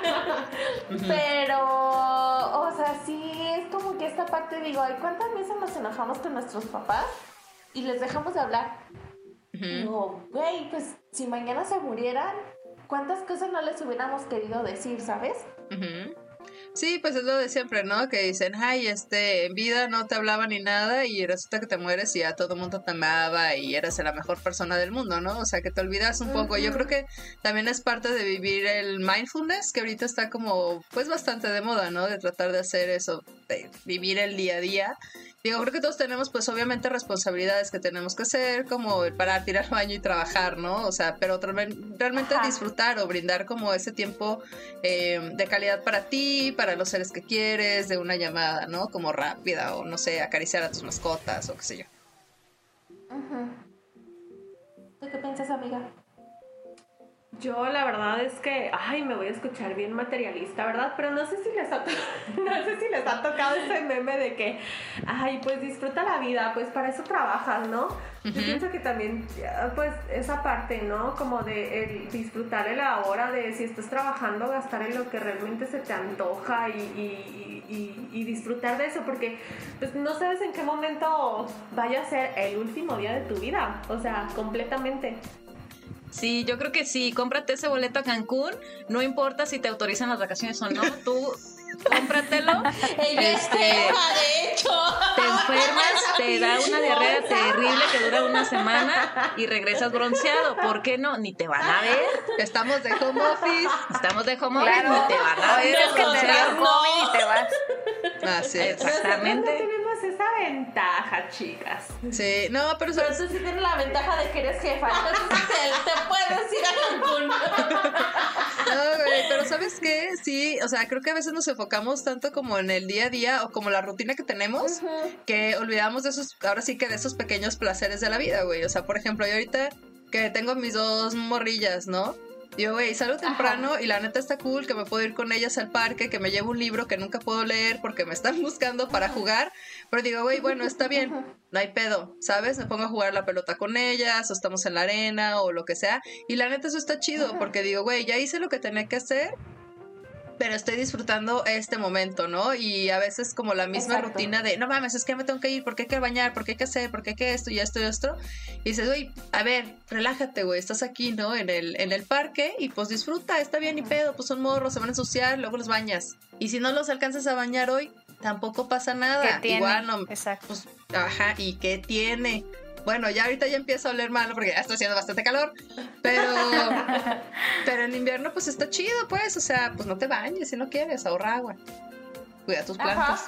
C: Pero, o sea, sí, es como que esta parte digo, ay, ¿cuántas veces nos enojamos con nuestros papás y les dejamos de hablar? Uh-huh. Digo, güey, pues si mañana se murieran, ¿cuántas cosas no les hubiéramos querido decir, sabes?
B: Uh-huh. Sí, pues es lo de siempre, ¿no? Que dicen, ay, en vida no te hablaba ni nada y resulta que te mueres y a todo el mundo te amaba y eres la mejor persona del mundo, ¿no? O sea, que te olvidas un poco. Yo creo que también es parte de vivir el mindfulness, que ahorita está como, pues, bastante de moda, ¿no? De tratar de hacer eso, de vivir el día a día. Digo, creo que todos tenemos, pues, obviamente responsabilidades que tenemos que hacer, como el parar, tirar al baño y trabajar, ¿no? O sea, pero realmente disfrutar o brindar como ese tiempo de calidad para ti, para los seres que quieres, de una llamada, ¿no? Como rápida o, no sé, acariciar a tus mascotas o qué sé yo.
C: Uh-huh. ¿Tú qué piensas, amiga?
F: Yo la verdad es que, me voy a escuchar bien materialista, ¿verdad? Pero no sé si les ha tocado ese meme de que, pues disfruta la vida, pues para eso trabajas, ¿no? Yo pienso que también, pues esa parte, ¿no? Como de el disfrutar el ahora, de si estás trabajando, gastar en lo que realmente se te antoja y disfrutar de eso, porque pues no sabes en qué momento vaya a ser el último día de tu vida, o sea, completamente.
E: Sí, yo creo que sí, cómprate ese boleto a Cancún, no importa si te autorizan las vacaciones o no, tú cómpratelo.
C: Ella de hecho.
E: Te enfermas, te da una diarrea terrible que dura una semana y regresas bronceado. ¿Por qué no? Ni te van a ver.
B: Estamos de home office.
D: Claro.
E: Ni te van a ver.
D: Es que te dio COVID y te vas.
B: Así es.
E: Exactamente.
F: No tenemos esa ventaja, chicas.
B: Sí, no, pero
C: tú sí tienes la ventaja de que eres jefa, entonces te puedes ir a Cancún.
B: No, güey, pero ¿sabes qué? Sí, o sea, creo que a veces nos enfocamos tanto como en el día a día o como la rutina que tenemos, que olvidamos de esos, ahora sí que de esos pequeños placeres de la vida, güey. O sea, por ejemplo, yo ahorita que tengo mis 2 morrillas, ¿no? Digo, güey, salgo temprano y la neta está cool que me puedo ir con ellas al parque, que me llevo un libro que nunca puedo leer porque me están buscando para jugar, pero digo, güey, bueno, está bien, no hay pedo, ¿sabes? Me pongo a jugar la pelota con ellas o estamos en la arena o lo que sea, y la neta eso está chido porque digo, güey, ya hice lo que tenía que hacer, pero estoy disfrutando este momento, ¿no? Y a veces como la misma rutina de, no mames, es que me tengo que ir, porque hay que bañar, porque hay que hacer, porque hay que esto y esto y esto. Y dices, güey, a ver, relájate, güey, estás aquí, ¿no? En el parque y pues disfruta, está bien y pedo, pues son morros, se van a ensuciar, luego los bañas. Y si no los alcanzas a bañar hoy, tampoco pasa nada.
D: ¿Qué tiene?
B: Igual no,
D: Exacto.
B: pues, ¿y qué tiene? Bueno, ya ahorita ya empieza a oler malo porque ya está haciendo bastante calor, pero en invierno pues está chido, pues, o sea, pues no te bañes si no quieres, ahorra agua, cuida tus plantas.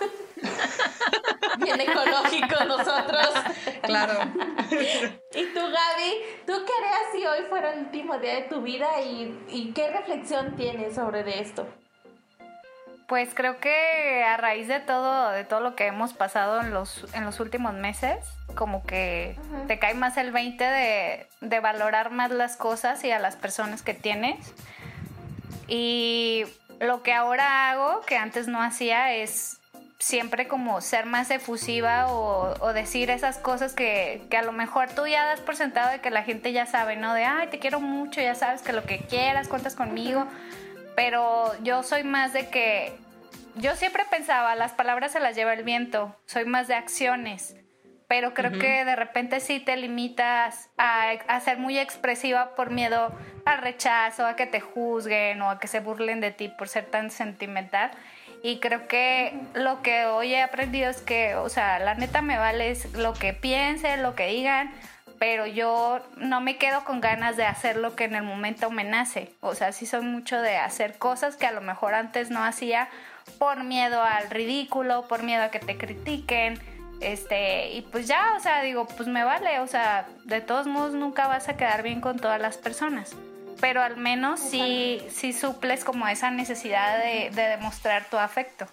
C: Bien ecológico nosotros.
B: Claro.
C: Y tú, Gaby, ¿tú qué harías si hoy fuera el último día de tu vida y qué reflexión tienes sobre esto?
D: Pues creo que a raíz de todo lo que hemos pasado en los últimos meses, como que te cae más el 20 de valorar más las cosas y a las personas que tienes. Y lo que ahora hago, que antes no hacía, es siempre como ser más efusiva o decir esas cosas que a lo mejor tú ya das por sentado de que la gente ya sabe, ¿no? De, ay, te quiero mucho, ya sabes que lo que quieras, cuentas conmigo. Pero yo soy más de que... Yo siempre pensaba, las palabras se las lleva el viento. Soy más de acciones. Pero creo que de repente sí te limitas a ser muy expresiva por miedo al rechazo, a que te juzguen o a que se burlen de ti por ser tan sentimental. Y creo que lo que hoy he aprendido es que, o sea, la neta me vale lo que piensen, lo que digan, pero yo no me quedo con ganas de hacer lo que en el momento me nace. O sea, sí soy mucho de hacer cosas que a lo mejor antes no hacía por miedo al ridículo, por miedo a que te critiquen. Y pues ya, o sea, digo, pues me vale, o sea, de todos modos nunca vas a quedar bien con todas las personas, pero al menos sí suples como esa necesidad de demostrar tu afecto.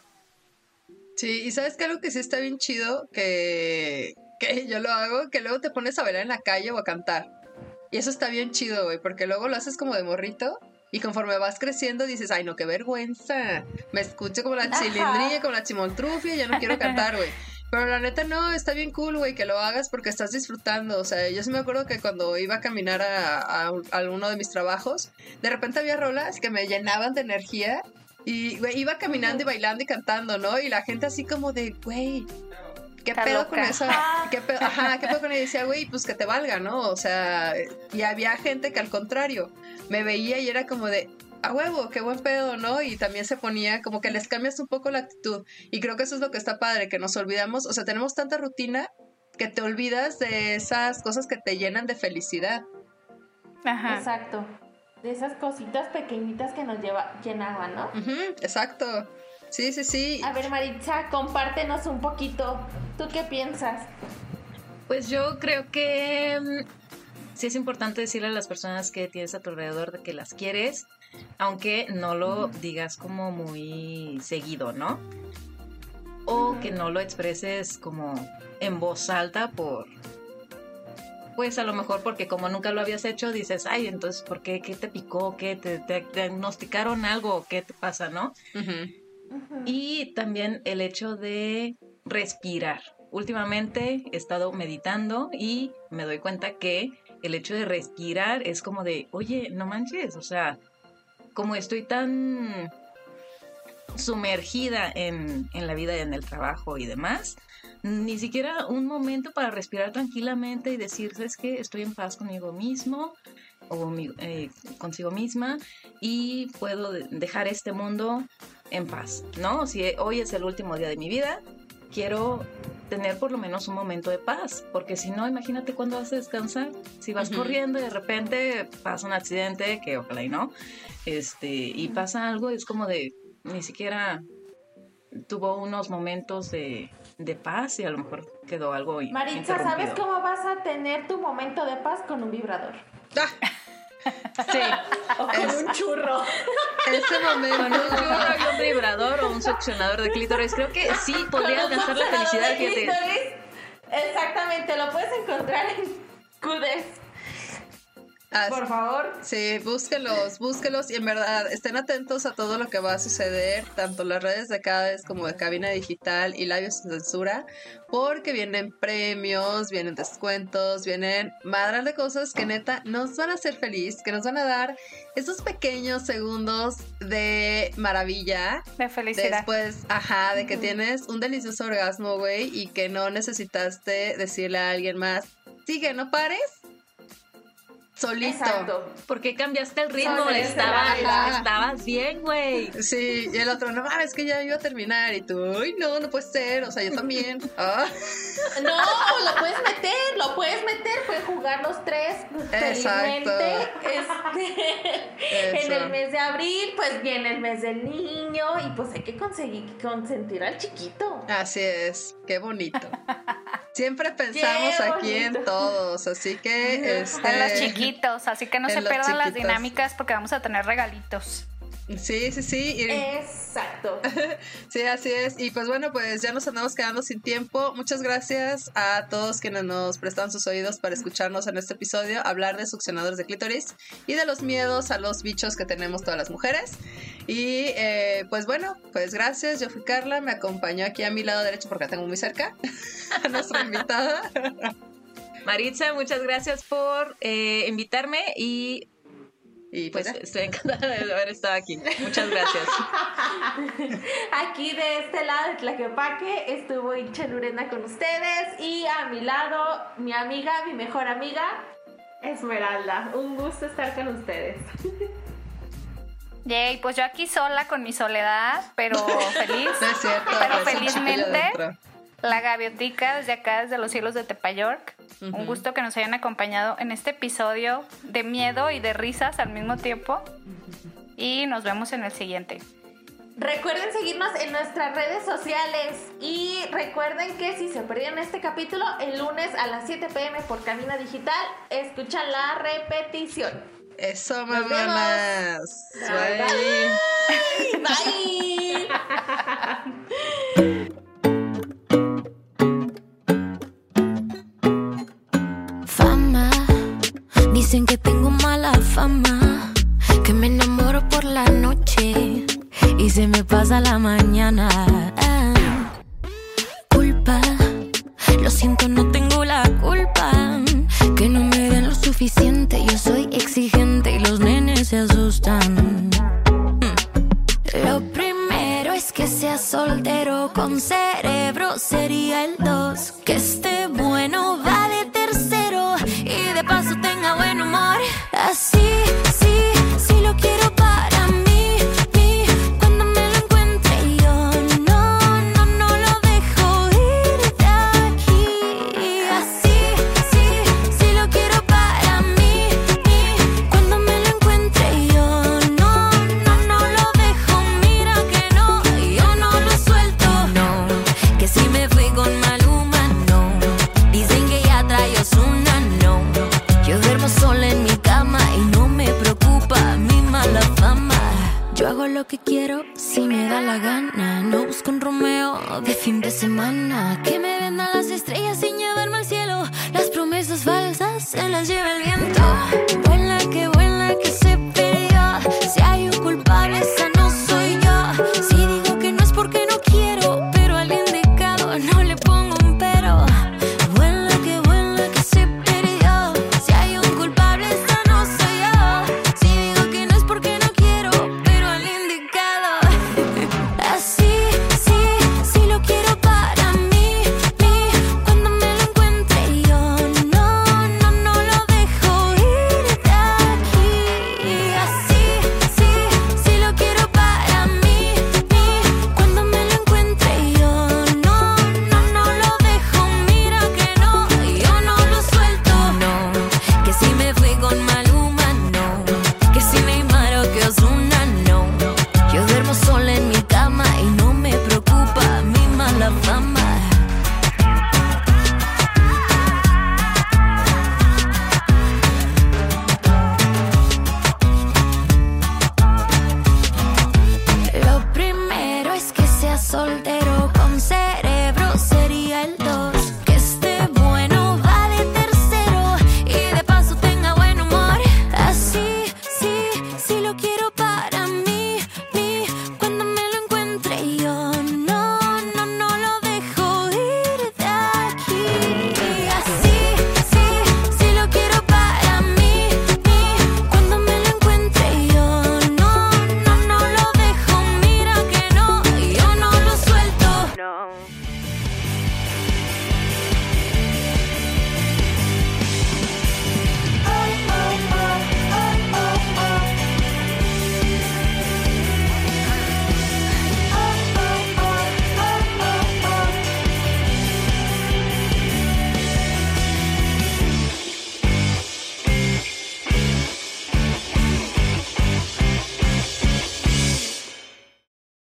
B: Sí, y ¿sabes qué? Algo que sí está bien chido, que yo lo hago, que luego te pones a bailar en la calle o a cantar, y eso está bien chido, güey, porque luego lo haces como de morrito, y conforme vas creciendo dices, ay no, qué vergüenza, me escucho como la chilindrilla, como la chimoltrufia, ya no quiero cantar, güey. Pero la neta no, está bien cool, güey, que lo hagas porque estás disfrutando. O sea, yo sí me acuerdo que cuando iba a caminar a uno de mis trabajos, de repente había rolas que me llenaban de energía y, güey, iba caminando y bailando y cantando, ¿no? Y la gente así como de, güey, ¿qué pedo con eso? ¿Qué pedo con ella? Y decía, güey, pues que te valga, ¿no? O sea, y había gente que al contrario me veía y era como de, a huevo, qué buen pedo, ¿no? Y también se ponía como que les cambias un poco la actitud. Y creo que eso es lo que está padre, que nos olvidamos, o sea, tenemos tanta rutina que te olvidas de esas cosas que te llenan de felicidad.
C: Ajá. Exacto. De esas cositas pequeñitas que nos llenaban, ¿no?
B: Exacto. Sí, sí, sí.
C: A ver, Maritza, compártenos un poquito. ¿Tú qué piensas?
E: Pues yo creo que sí es importante decirle a las personas que tienes a tu alrededor de que las quieres, aunque no lo digas como muy seguido, ¿no? O que no lo expreses como en voz alta por pues a lo mejor porque como nunca lo habías hecho, dices, ay, entonces, ¿por qué? ¿Qué te picó? ¿Qué? ¿Te diagnosticaron algo? ¿Qué te pasa, no? Y también el hecho de respirar. Últimamente he estado meditando y me doy cuenta que el hecho de respirar es como de, oye, no manches, o sea, como estoy tan sumergida en la vida y en el trabajo y demás, ni siquiera un momento para respirar tranquilamente y decir, ¿sabes qué? Estoy en paz conmigo mismo o consigo misma y puedo dejar este mundo en paz, ¿no? Si hoy es el último día de mi vida, quiero tener por lo menos un momento de paz, porque si no, imagínate cuándo vas a descansar, si vas corriendo y de repente pasa un accidente, que ojalá y no, y pasa algo, es como de, ni siquiera tuvo unos momentos de paz y a lo mejor quedó algo
C: Maritza, ¿sabes cómo vas a tener tu momento de paz? Con un vibrador.
B: Sí.
C: O con un churro.
B: Ese momento.
E: Con un churro y un vibrador o un succionador de clítoris. Creo que sí podría alcanzar la felicidad.
C: Exactamente, lo puedes encontrar en Qdes. Por favor.
B: Sí, búsquelos y en verdad estén atentos a todo lo que va a suceder, tanto en las redes de Qdes como de Cabina Digital y Labios sin Censura, porque vienen premios, vienen descuentos, vienen madras de cosas que neta nos van a hacer feliz, que nos van a dar esos pequeños segundos de maravilla.
D: De felicidad.
B: Después, de que tienes un delicioso orgasmo, güey, y que no necesitaste decirle a alguien más, sigue, no pares. Solito.
C: Exacto.
E: Porque cambiaste el ritmo, estabas bien, güey.
B: Sí, y el otro, no mames, que ya iba a terminar. Y tú, uy, no puede ser, o sea, yo también.
C: No, lo puedes meter, puedes jugar los tres felizmente. En el mes de abril, pues viene el mes del niño y pues hay que consentir al chiquito.
B: Así es, qué bonito. Siempre pensamos aquí en todos, así que
D: en los chiquitos, así que no se pierdan las dinámicas porque vamos a tener regalitos.
B: Sí.
C: Exacto.
B: Sí, así es. Y pues bueno, pues ya nos andamos quedando sin tiempo. Muchas gracias a todos quienes nos prestaron sus oídos para escucharnos en este episodio, hablar de succionadores de clítoris y de los miedos a los bichos que tenemos todas las mujeres. Y pues bueno, pues gracias. Yo fui Carla, me acompañó aquí a mi lado derecho porque la tengo muy cerca a nuestra invitada.
E: Maritza, muchas gracias por invitarme y pues estoy encantada de haber estado aquí. Muchas gracias.
C: Aquí de este lado de Tlaquepaque estuvo Itche Lurena con ustedes y a mi lado mi amiga, mi mejor amiga, Esmeralda. Un gusto estar con ustedes.
D: Yay, pues yo aquí sola con mi soledad, pero feliz.
B: No es cierto,
D: pero felizmente la Gaviotica desde acá, desde los cielos de Tepayork. Un gusto que nos hayan acompañado en este episodio de miedo y de risas al mismo tiempo. Y nos vemos en el siguiente.
C: Recuerden seguirnos en nuestras redes sociales. Y recuerden que si se perdieron este capítulo, el lunes a las 7 p.m. por Cabina Digital, escuchan la repetición.
B: Eso, mamanas.
C: Bye. Bye.
G: Dicen que tengo mala fama, que me enamoro por la noche y se me pasa la mañana. Culpa, lo siento, no tengo la culpa. Que no me den lo suficiente, yo soy exigente y los nenes se asustan. Lo primero es que sea soltero con cerebro, sería el 2. Que esté bueno, va de tercero y de paso tenga buen humor. Así, sí lo quiero para mí. Cuando me lo encuentre yo no lo dejo ir de aquí. Así, sí lo quiero para mí. Cuando me lo encuentre yo no lo dejo. Mira que no, yo no lo suelto. No, que si me fui con Maluma, no. Dicen que ya trae Ozuna, no. Yo duermo sola en mi cama y no me preocupa mi mala fama. Yo hago lo que quiero si me da la gana. No busco un Romeo de fin de semana. Que me vendan las estrellas sin llevarme al cielo. Las promesas falsas se las lleva el viento. Vuela que se perdió. Si hay un culpable, esa no soy yo. Si digo que no es porque no quiero, pero al indicado no le pongo un pero. Vuela que se perdió. Si hay un culpable, esa no soy yo. Si digo que no es porque no quiero, pero al indicado. Así, sí lo quiero para mí. Cuando me lo encuentre yo, no lo dejo ir de aquí. Así, sí lo quiero para mí. Cuando me lo encuentre yo, no lo dejo. Mira que no, yo no lo suelto. No, que si me fui con Maluma, no. Que si Neymar o que Ozuna, no. Yo duermo sola en mi cama y no me preocupa mi mala fama. Lo primero es que seas soltero con cerebro.